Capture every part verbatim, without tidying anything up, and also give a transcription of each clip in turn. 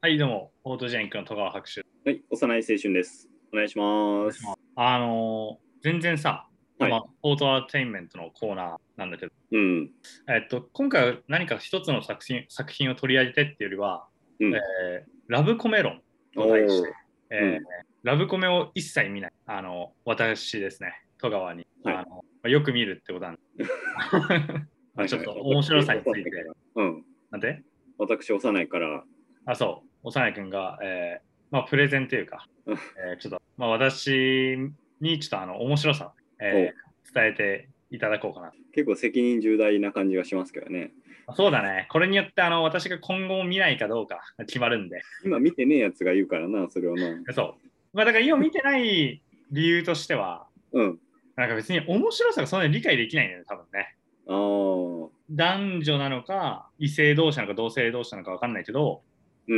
はい、どうも、オートジェニックの戸川博士。 はい、幼い青春です。お願いします。 あのー全然さ、 はい。 まあ、オートアーテインメントのコーナーなんだけど、 うん、 えっと、今回は何か一つの作品、作品を取り上げてっていうよりは、えーうん。 ラブコメ論おと題して、 ー、うえーん。 ラブコメを一切見ない、あの、私ですね、戸川に、 はい。 あの、まあよく見るってことなんで、まあちょっはいはい。 と面白私、 さについて、 幼いから。うん。 なんで、 私、幼いから。 あ、そう、幼い君が、えーまあ、プレゼンというか、 うん。 えーちょっと、まあ、私にちょっとあの面白さを、えお、 ー伝えていただこうかな。 結構責任重大な感じがしますけどね。 そうだね。これによってあの私が今後も見ないかどうか決まるんで。 今見てねえやつが言うからな、それをな。 そう。まあ、だから今見てない理由としては、 うん。 なんか別に面白さがそんなに理解できないんだよね、多分ね。 ああ、 男女なのか、異性同士なのか、同性同士なのか分かんないけど、 うん。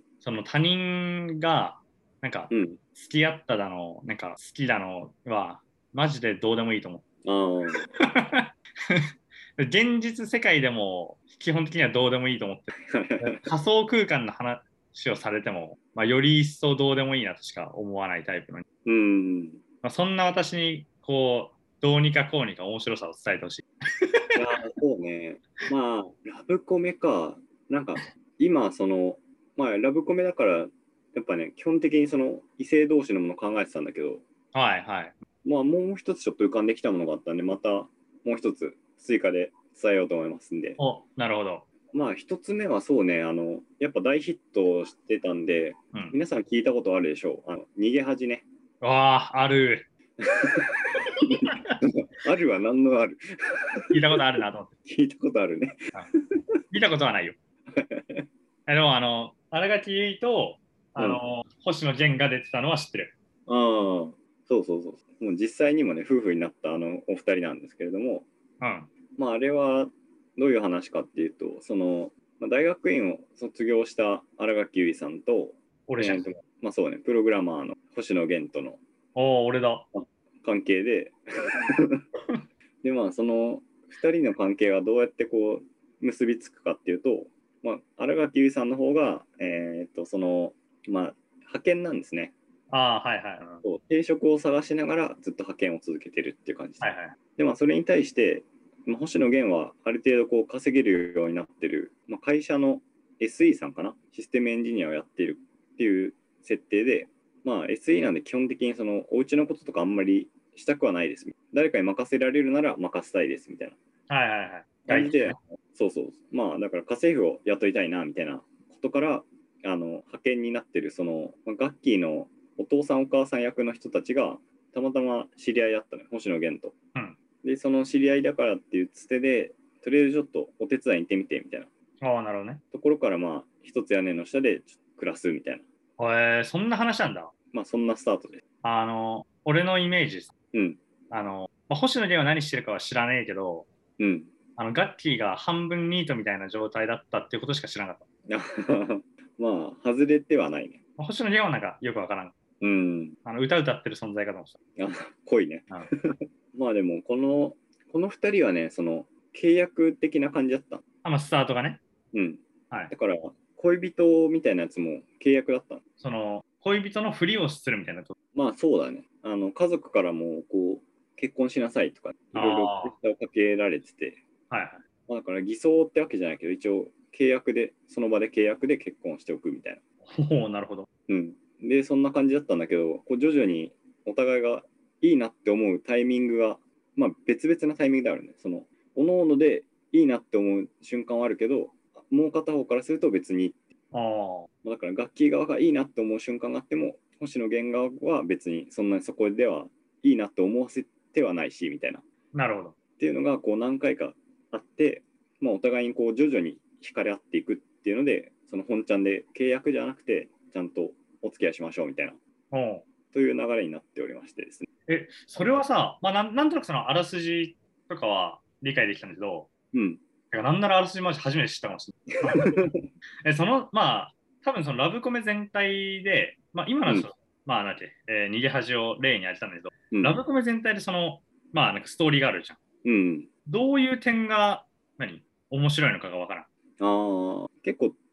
その他人が、なんか、 うん。 付き合っただの、なんか好きだのは、マジでどうでもいいと思う。 ああ。 現実世界でも基本的にはどうでもいいと思ってる。仮想空間の話をされても、まあ、より一層どうでもいいなとしか思わないタイプの、 うん。 まあ、そんな私にこうどうにかこうにか面白さを伝えてほしい。 いやー、そうね。まあ、ラブコメか。なんか、今、その、まあ、ラブコメだから、やっぱね、基本的にその異性同士のものを考えてたんだけど、 はいはい。 まあ、もう一つちょっと浮かんできたものがあったんで、またもう一つ追加で伝えようと思いますんで。 お、なるほど。 まあ、一つ目はそうね、あの、やっぱ大ヒットしてたんで、 うん。 皆さん聞いたことあるでしょう。あの、逃げ恥ね。 わあ、ある。 あるは何のある。 聞いたことあるなと思って。 聞いたことあるね。 うん、見たことはないよ。えでも、あの、新垣結衣と、 うん。 あの、星野源が出てたのは知ってる。 ああ、そうそうそう。もう実際にもね、夫婦になったあのお二人なんですけれども、 うん。 まあ、あれはどういう話かっていうと、その、まあ、大学院を卒業した新垣結衣さんと、 俺じゃん。 えーと、まあそうね、プログラマーの星野源とのおお、俺だ。 まあ関係で、で、まあ、その二人の関係はどうやってこう結びつくかっていうと、まあ、新垣結衣さんの方が、えっと、その、まあ、派遣なんですね。 ああ、はいはい。うん、 そう定職を探しながらずっと派遣を続けてるっていう感じで。 はいはい。 で、まあ、それに対して、まあ、星野源はある程度こう稼げるようになってる、まあ、会社の エスイー さんかな、システムエンジニアをやっているっていう設定で、まあ、エスイー なんで基本的にそのお家のこととかあんまりしたくはないです。誰かに任せられるなら任せたいですみたいなはいはいはい。 感じで、 外勤ね。 そうそう、まあ、だから家政婦を雇いたいなみたいなことから、あの派遣になってるその、まあ、ガッキーのお父さんお母さん役の人たちがたまたま知り合いだったのよ、星野源と。 うん。 で、その知り合いだからっていうつてで、とりあえずちょっとお手伝いに行ってみてみたいなああ、なるほどね。 ところから、まあ、一つ屋根の下で暮らすみたいな、 えー、そんな話なんだ。 まあ、そんなスタートです。 あの、俺のイメージ、 うん、 あの、まあ、星野源は何してるかは知らねえけど、 うん。 あの、ガッキーが半分ニートみたいな状態だったっていうことしか知らなかった。 まあ、外れてはないね。 まあ、星野源はなんかよくわからん。 うん。 あの、歌歌ってる存在かと思ってあ、濃いね。 た。うん。 まあでも、この、この二人はね、その、契約的な感じだった。 あ、まあ、スタートがね。 うん。 はい。 だから、恋人みたいなやつも契約だったの。 その、恋人のふりをするみたいなと。 まあそうだね。あの、家族からも、こう、結婚しなさいとか、いろいろプレッあシャーをかけられてて、 あ、はいはい。 まあ、だから偽装ってわけじゃないけど、一応、契約で、その場で契約で結婚しておくみたいな。 おお、なるほど。 うん。で、そんな感じだったんだけど、こう徐々にお互いがいいなって思うタイミングが、まあ別々なタイミングであるね。その、各々でいいなって思う瞬間はあるけど、もう片方からすると別に、 ああ、 だから楽器側がいいなって思う瞬間があっても、星野源側は別にそんなにそこではいいなって思わせてはないし、みたいな。っなるほど。 ていうのがこう何回かあって、まあお互いにこう徐々に惹かれ合っていくっていうので、その本ちゃんで契約じゃなくて、ちゃんとお付き合いしましょうみたいな。 おお。 という流れになっておりましてですね。 え、それはさ、まあ、なん、なんとなくそのあらすじとかは理解できたんだけど、 うん。 てかなんならあらすじマジ初めて知ったかもしれない。え、その、まあ、多分そのラブコメ全体で、まあ今のうん。 人、まあなんて、えー逃げ恥を例に挙げたんだけど、 うん。 ラブコメ全体でその、まあなんかストーリーがあるじゃん。 うん。 どういう点が、何面白いのかがわからん。 ああ、結構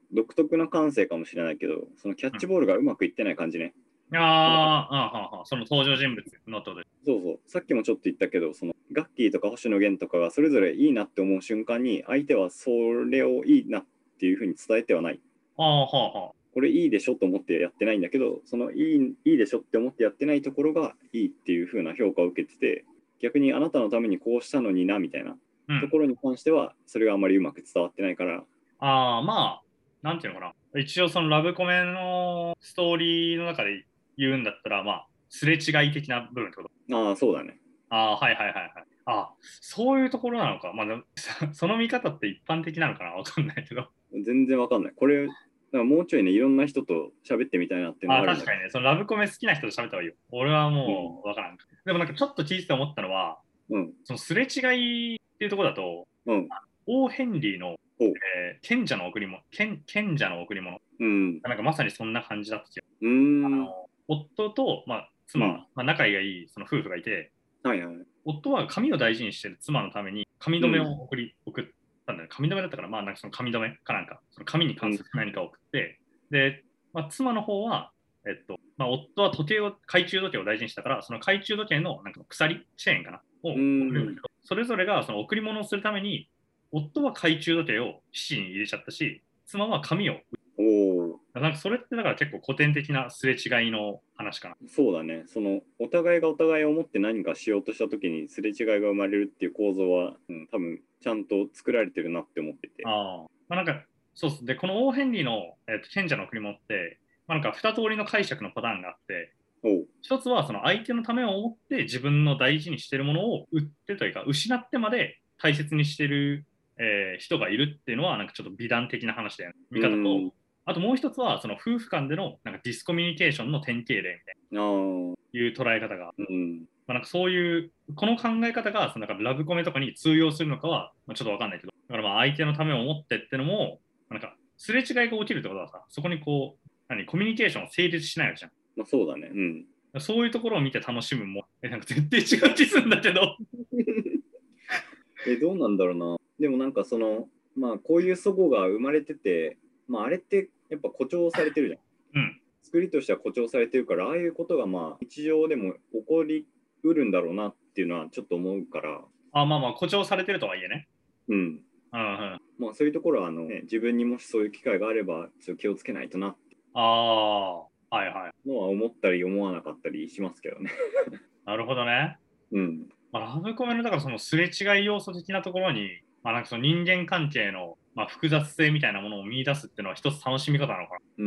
独特な感性かもしれないけど、そのキャッチボールがうまくいってない感じね。 うん、ああ、ああ、その登場人物のってことで。 そうそう。さっきもちょっと言ったけど、そのガッキーとか星野源とかがそれぞれいいなって思う瞬間に、相手はそれをいいなっていうふうに伝えてはない。 ああ、はあ、はあ。 これいいでしょと思ってやってないんだけど、そのいいいいでしょって思ってやってないところがいいっていう風な評価を受けてて、逆にあなたのためにこうしたのになみたいなところに関しては、それがあまりうまく伝わってないから。 ああ、まあ、なんていうのかな。一応そのラブコメのストーリーの中で言うんだったら、まあ、すれ違い的な部分ってこと。 ああ、そうだね。 ああ、はいはいはいはい。ああ、そういうところなのか。まあ、その見方って一般的なのかなわかんないけど。 全然わかんない。これ、だからもうちょいね、いろんな人と喋ってみたいなっていうのああ、 があるんだ確かにね。そのラブコメ好きな人と喋った方がいいよ。俺はもうわからん。うん、でもなんかちょっと聞いてて思ったのは、 うん、 そのすれ違いっていうところだと、 うん、 オー・ヘンリーの、えー賢者の贈り物、賢賢者の贈り物、 うん、 なんかまさにそんな感じだった気が。 うーん、 あの夫と、まあ、妻、 うん、 まあ、仲がいいその夫婦がいて、 はいはい。 夫は髪を大事にしてる妻のために髪留めを送り、送ったんだよ。髪留めだったから、まあ、なんかその髪留めかなんか、その髪に関する何かを送って、で、まあ、妻の方は、えっと、まあ、夫は時計を、懐中時計を大事にしたから、その懐中時計のなんか鎖、チェーンかな、をう送るんだん、 けど、それぞれがその贈り物をするために、夫は懐中時計を七に入れちゃったし、妻は髪を。 おお。 なんかそれってだから結構古典的なすれ違いの話かな。 そうだね。そのお互いがお互いを思って何かしようとした時にすれ違いが生まれるっていう構造は、うん、多分ちゃんと作られてるなって思ってて。 ああ。まあ、なんか、そうっす。で、このオーヘンリーの、えっと、賢者の贈り物って、まあ、なんか二通りの解釈のパターンがあって、 おう。 一つはその相手のためを思って自分の大事にしているものを売ってというか、失ってまで大切にしている、えー人がいるっていうのは、なんかちょっと美談的な話だよね。 う見方と、 ん。 あともう一つは、その夫婦間でのなんかディスコミュニケーションの典型例みたいああ。 ないう捉え方が、 うん。 まあ、なんかそういう、この考え方がそのなんかラブコメとかに通用するのかは、まあ、ちょっとわかんないけど、だからまあ相手のためを思ってってのも、なんかすれ違いが起きるってことはさ、そこにこう、何、コミュニケーションが成立しないわけじゃん。 まあそうだね。うん。 そういうところを見て楽しむも、え、なんか絶対違う気するんだけど。 え、どうなんだろうな。でもなんかその、まあこういう齟齬が生まれてて、まああれってやっぱ誇張されてるじゃん。 うん。 作りとしては誇張されてるから、ああいうことがまあ日常でも起こりうるんだろうなっていうのはちょっと思うから。 あ、まあまあ、誇張されてるとはいえね。 うん。 うんうん。 まあそういうところはあの、ね、自分にもしそういう機会があればちょっと気をつけないとなってああ、はいはい。 のは思ったり思わなかったりしますけどね。 なるほどね。 うん。 まあ、ラブコメのだからそのすれ違い要素的なところに、まあ、なんかその人間関係の、まあ、複雑性みたいなものを見出すっていうのは一つ楽しみ方なのかうん。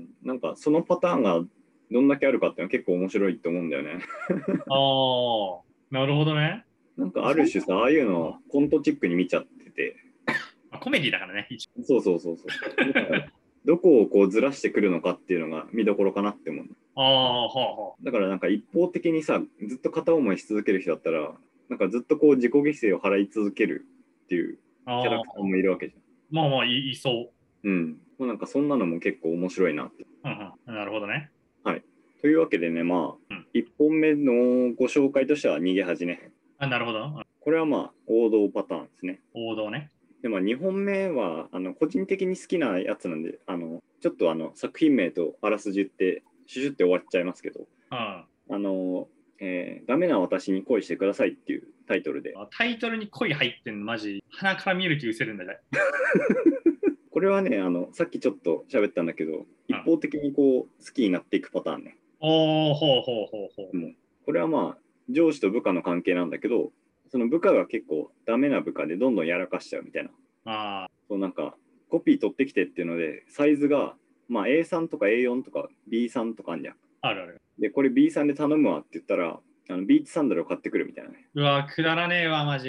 なんかそのパターンがどんだけあるかっていうのは結構面白いと思うんだよね。 な。ああ、なるほどね。 なんかある種さ、ああいうのコントチックに見ちゃってて。 まあ、コメディだからね、一応。 そうそうそうそう。だからどこをこうずらしてくるのかっていうのが見どころかなって思う。 ああ、はあはだからなんか一方的にさ、ずっと片思いし続ける人だったら、なんかずっとこう自己犠牲を払い続けるっていうあ。ああ、 キャラクターもいるわけじまあまあ、いいそゃん。うん。まあ、なんかそんなのも結構面白いなって。 う。うんうん。なるほどね。 はい。というわけでね、まあ、 うん。 いっぽんめのご紹介としては逃げ恥ね。 あ、なるほど。うん、 これはまあ王道パターンですね。 王道ね。 で、まあ、にほんめはあの個人的に好きなやつなんで、あのちょっとあの作品名とあらすじってシュシュって終わっちゃいますけど、 うん。 あの、えーダメな私に恋してくださいっていうタイトルで。 タイトルに恋入ってんのマジ、鼻から見る気失せるんだね。 これはね、あのさっきちょっと喋ったんだけど、一方的にこう好きになっていくパターンね。 おー、ほうほうほうほう。 もうこれはまあ上司と部下の関係なんだけど、その部下が結構ダメな部下でどんどんやらかしちゃうみたいな。 あそうなんかコピー取ってきてっていうのでサイズが、まあ、エースリー とか エーよん とか ビースリー とかあるじゃん。 あ、あるある。 でこれ ビースリー で頼むわって言ったらあのビーチサンダルを買ってくるみたいなね。 うわ、くだらねえわ、マジ。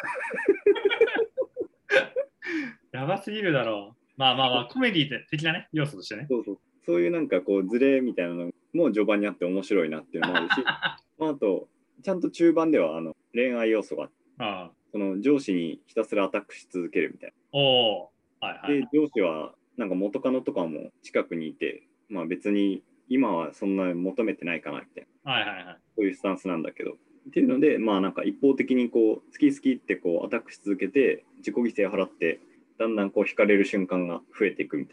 やばすぎるだろう。まあまあまあ、コメディ的なね、要素としてね。 そうそう。そういうなんかこうズレみたいなのも序盤にあって面白いなっていうのもあるし、まあ、あとちゃんと中盤ではあの恋愛要素があって、 ああ、 その上司にひたすらアタックし続けるみたいおお、はいな。 はいで、上司はなんか元カノとかも近くにいて、まあ別に今はそんな求めてないかなみたいな、 はいはいはい。 そういうスタンスなんだけど。っていうので、まあなんか一方的にこう好き好きってこうアタックし続けて自己犠牲を払ってだんだんこう惹かれる瞬間が増えていくみたいな。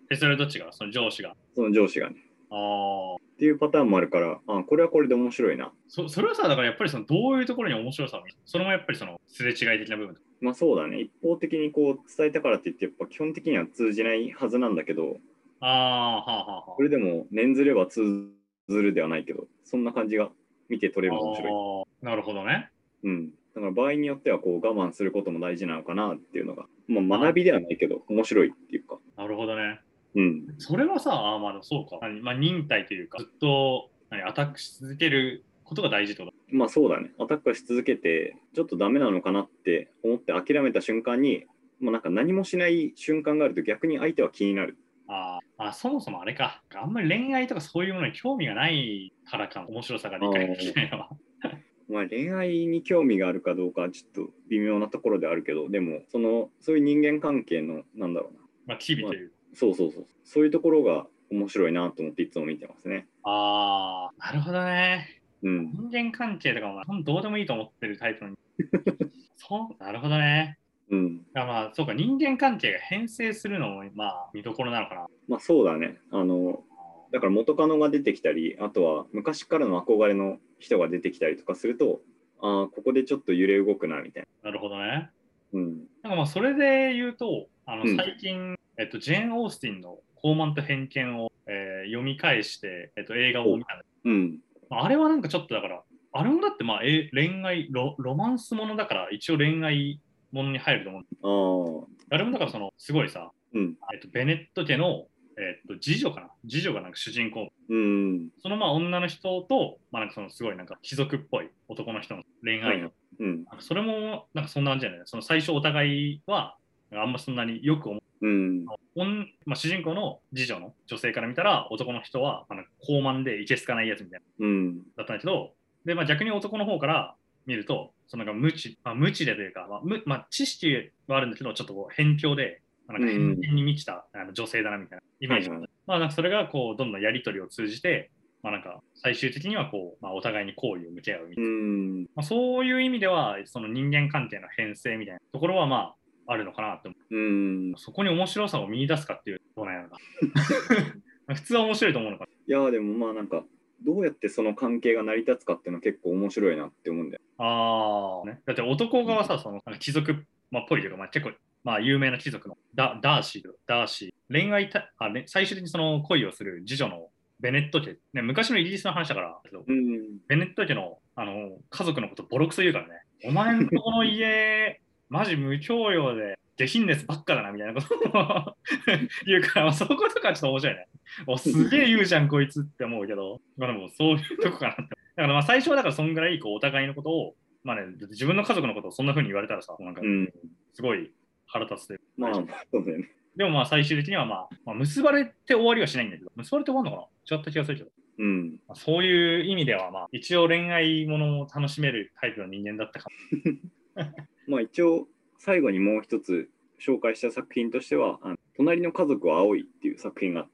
え、それどっちがその上司が。 その上司がね。 ああ。 っていうパターンもあるから、あ、これはこれで面白いな。 そそれはさ、だからやっぱりそのどういうところに面白さを見る、それもやっぱりそのすれ違い的な部分。 まあそうだね。一方的にこう伝えたからって言って、やっぱ基本的には通じないはずなんだけど、 ああ、はあはあはそれでも念ずれば通ずるではないけど、そんな感じが見て取れあ。 るの面白い。 ああ、なるほどね。 うん。だから場合によってはこう我慢することも大事なのかなっていうのが、まあ、 あ学びではないけど面白いっていうか。 なるほどね。 うん。 それはさ、あーまあでもそうか。何まあ、忍耐というか、ずっと何アタックし続けることが大事ってこと。 まあそうだね。アタックし続けて、ちょっとダメなのかなって思って諦めた瞬間に、もうなんか何もしない瞬間があると逆に相手は気になる。 あーあ、そもそもあれか。あんまり恋愛とかそういうものに興味がないからか、面白さが理解できないのは。 まあ恋愛に興味があるかどうかはちょっと微妙なところであるけど、でもそのそういう人間関係のなんだろうな。 まあ、日々という。 そうそうそう。そういうところが面白いなと思っていつも見てますね。 ああ、なるほどね。 うん。 人間関係とかも、ほんとどうでもいいと思ってるタイプの。そう、なるほどね。 うん。 あまあ、そうか、人間関係が変成するのも、まあ、見どころなのかな。 まあそうだね。あの、だから元カノが出てきたり、あとは昔からの憧れの人が出てきたりとかすると、ああ、ここでちょっと揺れ動くな、みたいなるほどね。 な。うん。 なんかまあ、それで言うと、あの、 うん。 最近、えっと、ジェーン・オースティンの傲慢と偏見を、えー読み返して、えっと、映画をお見たんだ。 うん。 まああれはなんかちょっとだから、あれもだってまあ、え恋愛ロ、ロマンスものだから、一応恋愛ものに入ると思う。 ああ。 あれもだからその、すごいさ、 うん。 えっと、ベネット家の、えっと、次女かな次女がなんか主人公。 うん。 そのまあ女の人と、まあなんかそのすごいなんか貴族っぽい男の人の恋愛の。 はいはい。うん。 それもなんかそんな感じじゃない。その最初お互いは、あんまそんなによく思う。 うん。 まあ、主人公の次女の女性から見たら男の人はあの高慢でいけすかないやつみたいうん。 なだったんだけど、で、まあ、逆に男の方から見ると、そのなんか無知、まあ、無知でというか、まあむまあ、知識はあるんだけど、ちょっとこう偏境で、なんか偏見に満ちたあの女性だなみたいなイメージ。 はいはい。 まあ、なんかそれがこうどんどんやり取りを通じて、まあ、なんか最終的にはこう、まあ、お互いに好意を向け合うみたういな。 ん。 まあ、そういう意味では、その人間関係の変性みたいなところはまああるのかなと思うん。 う。そこに面白さを見出すかっていうと、どうなんやろな。普通は面白いと思うのかいやーでもまあなんか、どうやってその関係が成り立つかっていうのは結構面白いなって思うんだよ。 な。ああ、ね。だって男側さ、そのなんか貴族、まあ、っぽいというか、まあ、結構、まあ、有名な貴族のダダーシー、ダーシー。恋愛たあ、ね、最終的にその恋をする次女のベネット家、ね、昔のイギリスの話だから、 うん。 ベネット家のあの家族のことボロクソ言うからね。お前のとこの家、マジ無教養で下品ですばっかだなみたいなことを言うから、まあ、そことかちょっと面白いね。おすげえ言うじゃん、こいつって思うけど、まあでもそういうとこかなって。だからまあ最初はだからそんぐらいこうお互いのことを、まあね、自分の家族のことをそんな風に言われたらさ、なんかうん。 すごい腹立つというか。 まあ、そうだよね。 でもまあ最終的にはまあ、まあ、結ばれて終わりはしないんだけど、結ばれて終わるのかな違った気がするけど。 うん。 まあそういう意味ではまあ、一応恋愛ものを楽しめるタイプの人間だったかまあ一応、最後にもう一つ紹介した作品としては、あの隣の家族は青いっていう作品があって、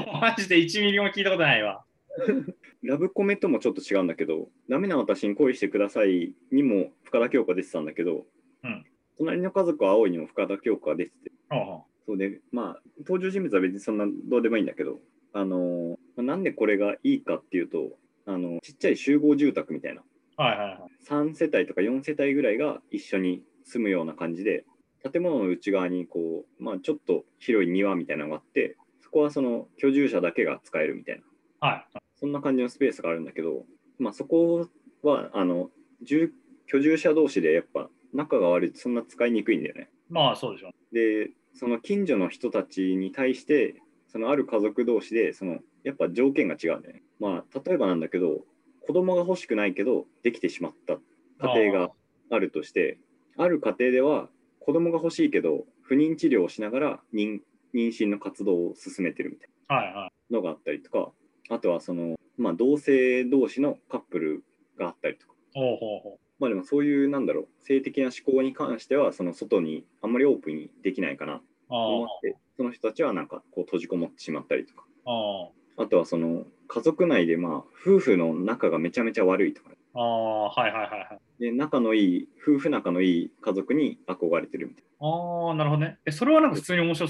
も。マジでいちミリも聞いたことないわ。 ラブコメともちょっと違うんだけど、ダメな私に恋してくださいにも深田恭子出てたんだけど、 うん。 隣の家族は青いにも深田恭子が出てて、 ほうほそうで、まあ、登場人物は別にそんなどうでもいいんだけど、あのーなんでこれがいいかっていうと、あのちっちゃい集合住宅みたいな、 うはいはいはい。 さん世帯とかよん世帯ぐらいが一緒に住むような感じで、建物の内側にこう、まあ、ちょっと広い庭みたいなのがあって、そこはその居住者だけが使えるみたいな、 はい。 そんな感じのスペースがあるんだけど、まあ、そこはあの住居住者同士でやっぱ仲が悪いとそんな使いにくいんだよね。 まあそうでしょ。 で、その近所の人たちに対して、そのある家族同士でそのやっぱ条件が違うんだよね。まあ、例えばなんだけど、子供が欲しくないけどできてしまった家庭があるとして、ある家庭では子供が欲しいけど不妊治療をしながら妊妊娠の活動を進めてるみたいはいはい。 なのがあったりとか、あとはその、まあ、同性同士のカップルがあったりとか、 ほうほうほう。 まあでもそういうなんだろう、性的な思考に関してはその外にあんまりオープンにできないかなと思って、その人たちはなんかこう閉じこもってしまったりとか、 ああとはその家族内でまあ夫婦の仲がめちゃめちゃ悪いとか、 あ、ああ、はいはいはいはい。 で仲のいい夫婦仲のいい家族に憧れてるみたいああ、なるほどね。え、それはなんか普通に面白そうだな。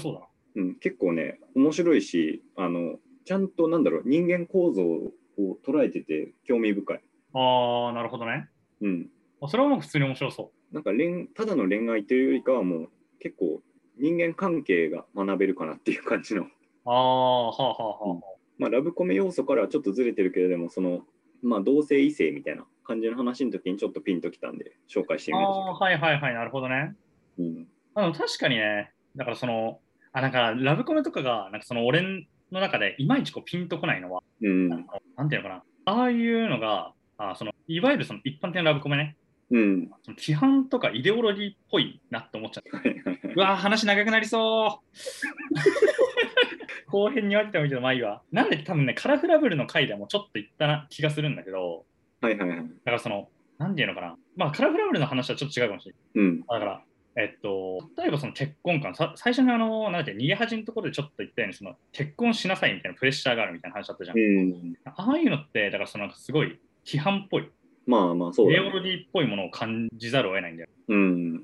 うん、結構ね、面白いし、あの、ちゃんとなんだろう、人間構造を捉えてて興味深い。 ああ、なるほどね。 うん。 それはもう普通に面白そなんか恋、ただの恋愛というよりかはもう結構人間関係が学べるかなっていう感じの。 う。ああ、はあはあはうん、 あはまあ、ラブコメ要素からはちょっとずれてるけれども、その、まあ、同性異性みたいな感じの話の時にちょっとピンときたんで、紹介してあ。あみましたけあ、はいはいはい、なるほどね。 ど。うん。 あの確かにね、だからその、あ、なんかラブコメとかが、なんかその俺の中でいまいちこうピンとこないのは、 うん。 なんていうのかな、ああいうのが、あそのいわゆるその一般的なラブコメね、 うん。 その規範とかイデオロギーっぽいなって思っちゃう。 はいはいはい。 うわー、話長くなりそう。後編に分けてもいいけど、まあいいわ。なんで多分ね、カラフラブルの回でもちょっと言ったな気がするんだけど、 はいはいはい。 だからその、なんていうのかな。まあカラフラブルの話はちょっと違うかもしれうん。 ない。だから、えっと、例えばその結婚観、さ最初にあの、なんて逃げ恥のところでちょっと言ったように、その結婚しなさいみたいなプレッシャーがあるみたいな話だったじゃん。 うん。 ああいうのって、だからそのすごい規範っぽい、 まあまあ、そうイデだね。 オロギーっぽいものを感じざるを得ないんだよ。 うん。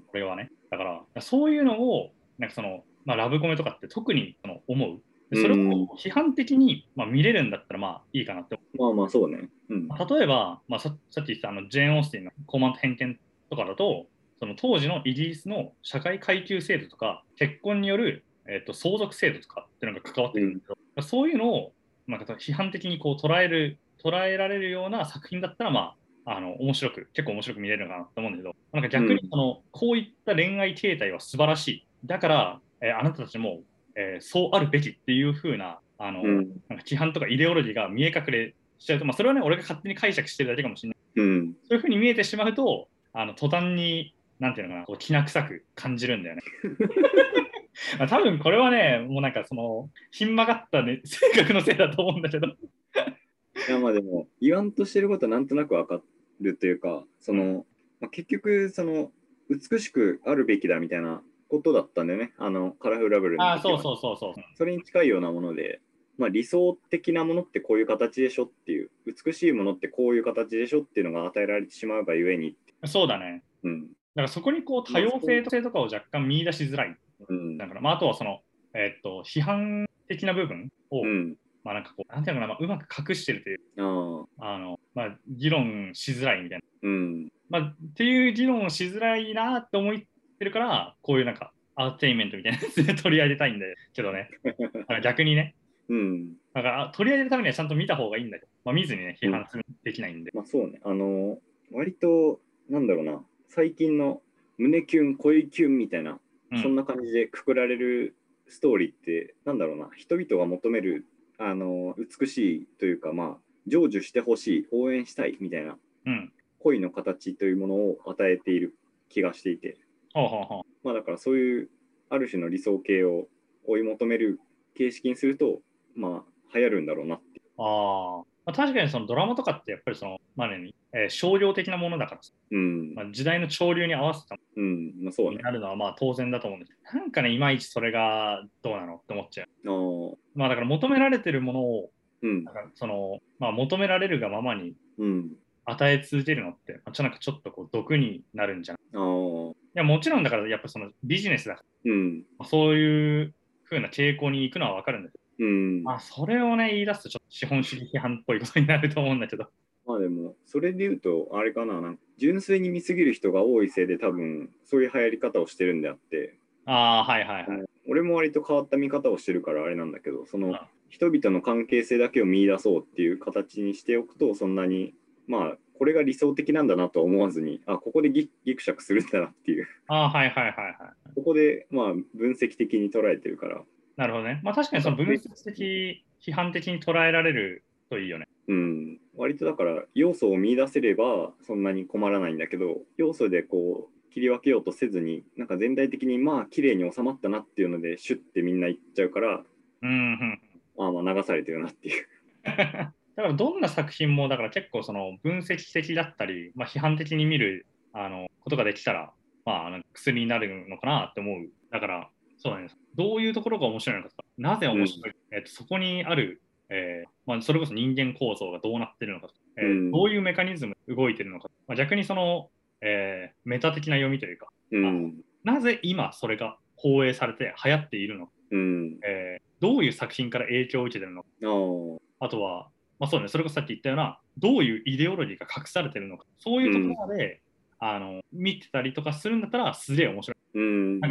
これはね。だから、そういうのを、なんかその、まあ、ラブコメとかって特にその思う。でそれをうん。 批判的に、まあ、見れるんだったらまあいいかなって。 まあまあ、そうね。うん。 例えば、まあ、ささっき言ったあのジェーン・オースティンの傲慢と偏見とかだと、その当時のイギリスの社会階級制度とか、結婚による、えっと相続制度とかっていうのが関わってうん。 くるんだけど、そういうのをなんか批判的にこう捉える、捉えられるような作品だったら、まあ、あの面白く、結構面白く見れるのかなと思うんだけど、なんか逆にうん。 そのこういった恋愛形態は素晴らしい。だから、えーあなたたちも、えーそうあるべきっていう風な、あの、 うん。 なんか規範とかイデオロギーが見え隠れしちゃうと、まあ、それはね、俺が勝手に解釈してるだけかもしれない。 うん。 そういう風に見えてしまうと、あの途端に、なんていうのかな、こうきな臭く感じるんだよね。まあ、多分これはね、もうなんかその、ひん曲がった、ね、性格のせいだと思うんだけど。 いや、まあでも、言わんとしてることはなんとなくわかるというか、そうん、 の、まあ、結局、その、美しくあるべきだみたいなことだったんだよね。あの、カラフラブルのああ、 時は。 そうそうそうそう。 それに近いようなもので、まあ、理想的なものってこういう形でしょっていう、美しいものってこういう形でしょっていうのが与えられてしまうがゆえに、 そうだね。 うん。 だからそこにこう多まあ、そ様性とかを若干見出しづらい。 う、うん。 だから、まあ、あとはその、えーっと、批判的な部分を、 うん。 まあなんかこう、なんていうのかな、まあ、うまく隠してるという、 ああ、 あの、まあ、議論しづらいみたいな。 うん。 まあ、っていう議論をしづらいなって思ってるから、こういうなんか、アーテインメントみたいなやつで取り上げたいんだけどね。だから逆にね、 うん。 だから取り上げるためにはちゃんと見た方がいいんだけど、まあ、見ずにね、批うん。 判するできないんで。 まあそうね。あの、割と、なんだろうな、最近の胸キュン、恋キュンみたいな、 うん。 そんな感じでくくられるストーリーって、なんだろうな、人々が求める、あの、美しいというか、まあ、成就してほしい、応援したいみたいなうん。 恋の形というものを与えている気がしていて、 ほうほうほう。 まあだからそういうある種の理想形を追い求める形式にすると、まあ流行るんだろうなって。 あー、まあ、確かにそのドラマとかってやっぱりその、まあね、えー商業的なものだからさ、 うん、 まあ、時代の潮流に合わせたもうん、まあそうね。 のになるのはまあ当然だと思うんですけど、なんかね、いまいちそれがどうなのって思っちゃう。 ああ、 まあだから求められてるものを、 うん、 なんかその、まあ求められるがままにうん、 与え続けるのって、まあ、ちょなんかちょっとこう毒になるんじゃない。 ああ、 いや、もちろんだからやっぱそのビジネスだかうん、 ら、そういう風な傾向に行くのはわかるんだけど、 うん。 まあそれをね、言い出すとちょっと資本主義批判っぽいことになると思うんだけど。 まあでも、それで言うと、あれかな、なんか純粋に見すぎる人が多いせいで多分、そういう流行り方をしてるんであって、 ああ、はいはいはい。 俺も割と変わった見方をしてるからあれなんだけど、そのうん、 人々の関係性だけを見出そうっていう形にしておくと、そんなに、まあ、これが理想的なんだなとは思わずに、あ、ここでギギクシャクするんだなっていう、 ああ、はいはいはいはい。 ここで、まあ、分析的に捉えてるから、 なるほどね。まあ確かにその分析的、批判的に捉えられるといいよね。 うん、割とだから要素を見出せればそんなに困らないんだけど、要素でこう切り分けようとせずに、なんか全体的にまあ綺麗に収まったなっていうのでシュッてみんな言っちゃうから、 うん、うん。 まあまあ流されてるなっていう。 だからどんな作品もだから結構その分析的だったり、まあ、批判的に見るあのことができたら、まあ、なんか薬になるのかなって思う。だからそうだね。どういうところが面白いのかとか、なぜうん、 面白い、えっと、そこにある、えーまあ、それこそ人間構造がどうなってるのかとか、えーどうん、 ういうメカニズム動いてるのか、まあ、逆にその、えーメタ的な読みというか、あうん、 なぜ今それが放映されて流行っているのか、 うん。 えーどういう作品から影響を受けてるのか、 ああ。 あとは、まあそうね、それこそさっき言ったような、どういうイデオロギーが隠されてるのか、そういうところうん。 まで、あの、見てたりとかするんだったら、すげえ面白い。 うん。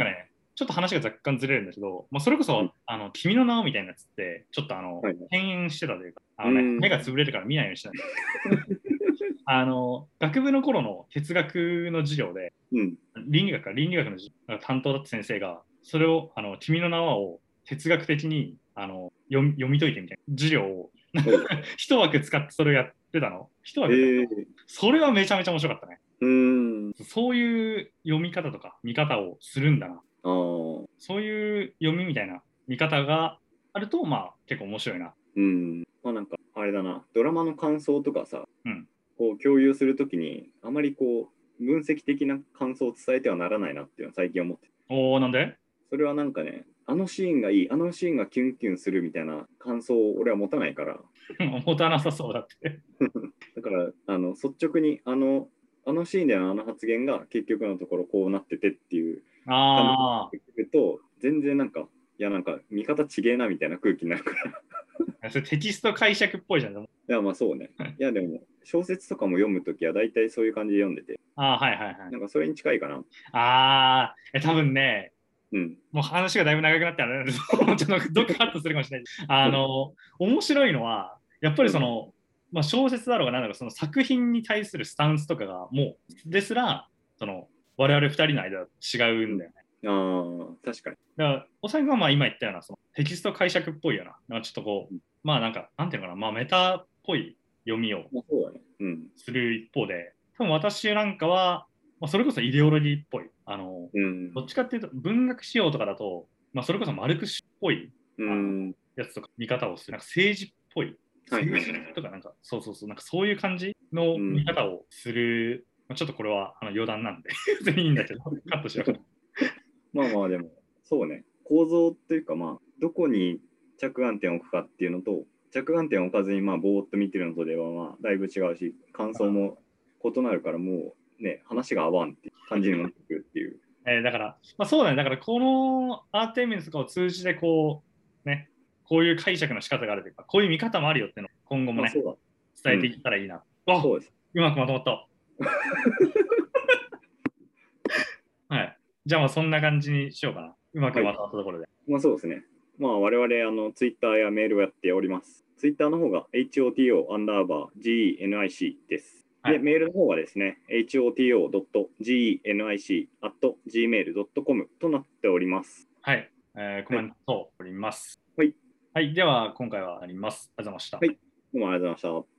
なんかね、ちょっと話が若干ずれるんだけど、まあ、それこそ、 うん。 あの、君の名をみたいなやつって、ちょっとあの、 はいはい。 敬遠してたというか、あのね、 うん。 目が潰れるから見ないようにしてた。あの、学部の頃の哲学の授業で、 うん。 倫理学か倫理学の授業担当だった先生が、それを、あの、君の名はを哲学的にあの読み読み解いてみたいな授業をはい。 一枠使ってそれをやってたの。一枠ってええ。 それはめちゃめちゃ面白かったね。 うん。 そういう読み方とか見方をするんだな。 ああ。 そういう読みみたいな見方があると、まあ結構面白いな。 うん。まあなんか、あれだな、ドラマの感想とかさ、 うん。 こう共有するときに、あまりこう、分析的な感想を伝えてはならないなっていうのは最近思ってて。 おー、なんで？ それはなんかね、あのシーンがいい、あのシーンがキュンキュンするみたいな感想を俺は持たないから、 持たなさそうだって。 だから、あの、率直に、あの、あのシーンでのあの発言が結局のところこうなっててっていう感じあでくると、全然なんか、いやなんか、見方ちげえなみたいな空気になるから。 あ、それテキスト解釈っぽいじゃん。 いや、まあそうね。いや、でも、小説とかも読むときは大体そういう感じで読んでて、 ああ、はいはいはい。 なんかそれに近いかな。 ああ、え、多分ね、 うん。 もう話がだいぶ長くなってあれなんですけど、ちょっとどっかカットするかもしれない。あの、面白いのは、やっぱりその、まあ、小説だろうが何だろうが、その作品に対するスタンスとかが、もう、ですら、その、我々二人の間は違うんだよね。 うん、ああ、確かに。 だから、おさきがまあ今言ったような、そのテキスト解釈っぽいような、なんかちょっとこう、 うんまあなんか、なんていうのかな、まあメタっぽい読みをまあそうだね。うん。 する一方で、多分私なんかは、まあ、それこそイデオロギーっぽい、あの、 うん。 どっちかっていうと、文学仕様とかだと、まあ、それこそマルクスっぽい、 うあの、 ん。 やつとか見方をする、なんか政治っぽい、 はいはい。 政治とかなんか、そうそうそう、なんかそういう感じのうん。 見方をする、まあ、ちょっとこれはあの余談なんで、別にいいんだけど、カットしようか。 まあまあでも、そうね。構造っていうかまあ、どこに着眼点を置くかっていうのと、着眼点を置かずにまあ、ぼーっと見てるのとではまあ、だいぶ違うし、感想も異なるからもうね、話が合わんっていう感じになってくるっていう。 えーだから、まあ、そうだね、だからこのアーテミンスとかを通じて、こう、ね、こういう解釈の仕方があるというか、こういう見方もあるよっていうのを今後もね、 まあそうだ。 伝えていうん。 ったらいいな。あ、 そうです。 うまくまとまった。はい。じゃあまあそんな感じにしようかな。うまくはい。 まとまったところで。 まあそうですね。まあ我々、あの、ツイッターやメールをやっております。ツイッターの方が ホト アンダーバー GENIC です。で、 はい。 メールの方はですね、ホト ゲニック アット ジーメール ドットコム となっております。 はい。えーコはい。 メントをおります。 はい。 はい。では今回はあります。ありがとうございました。 はい。どうもありがとうございました。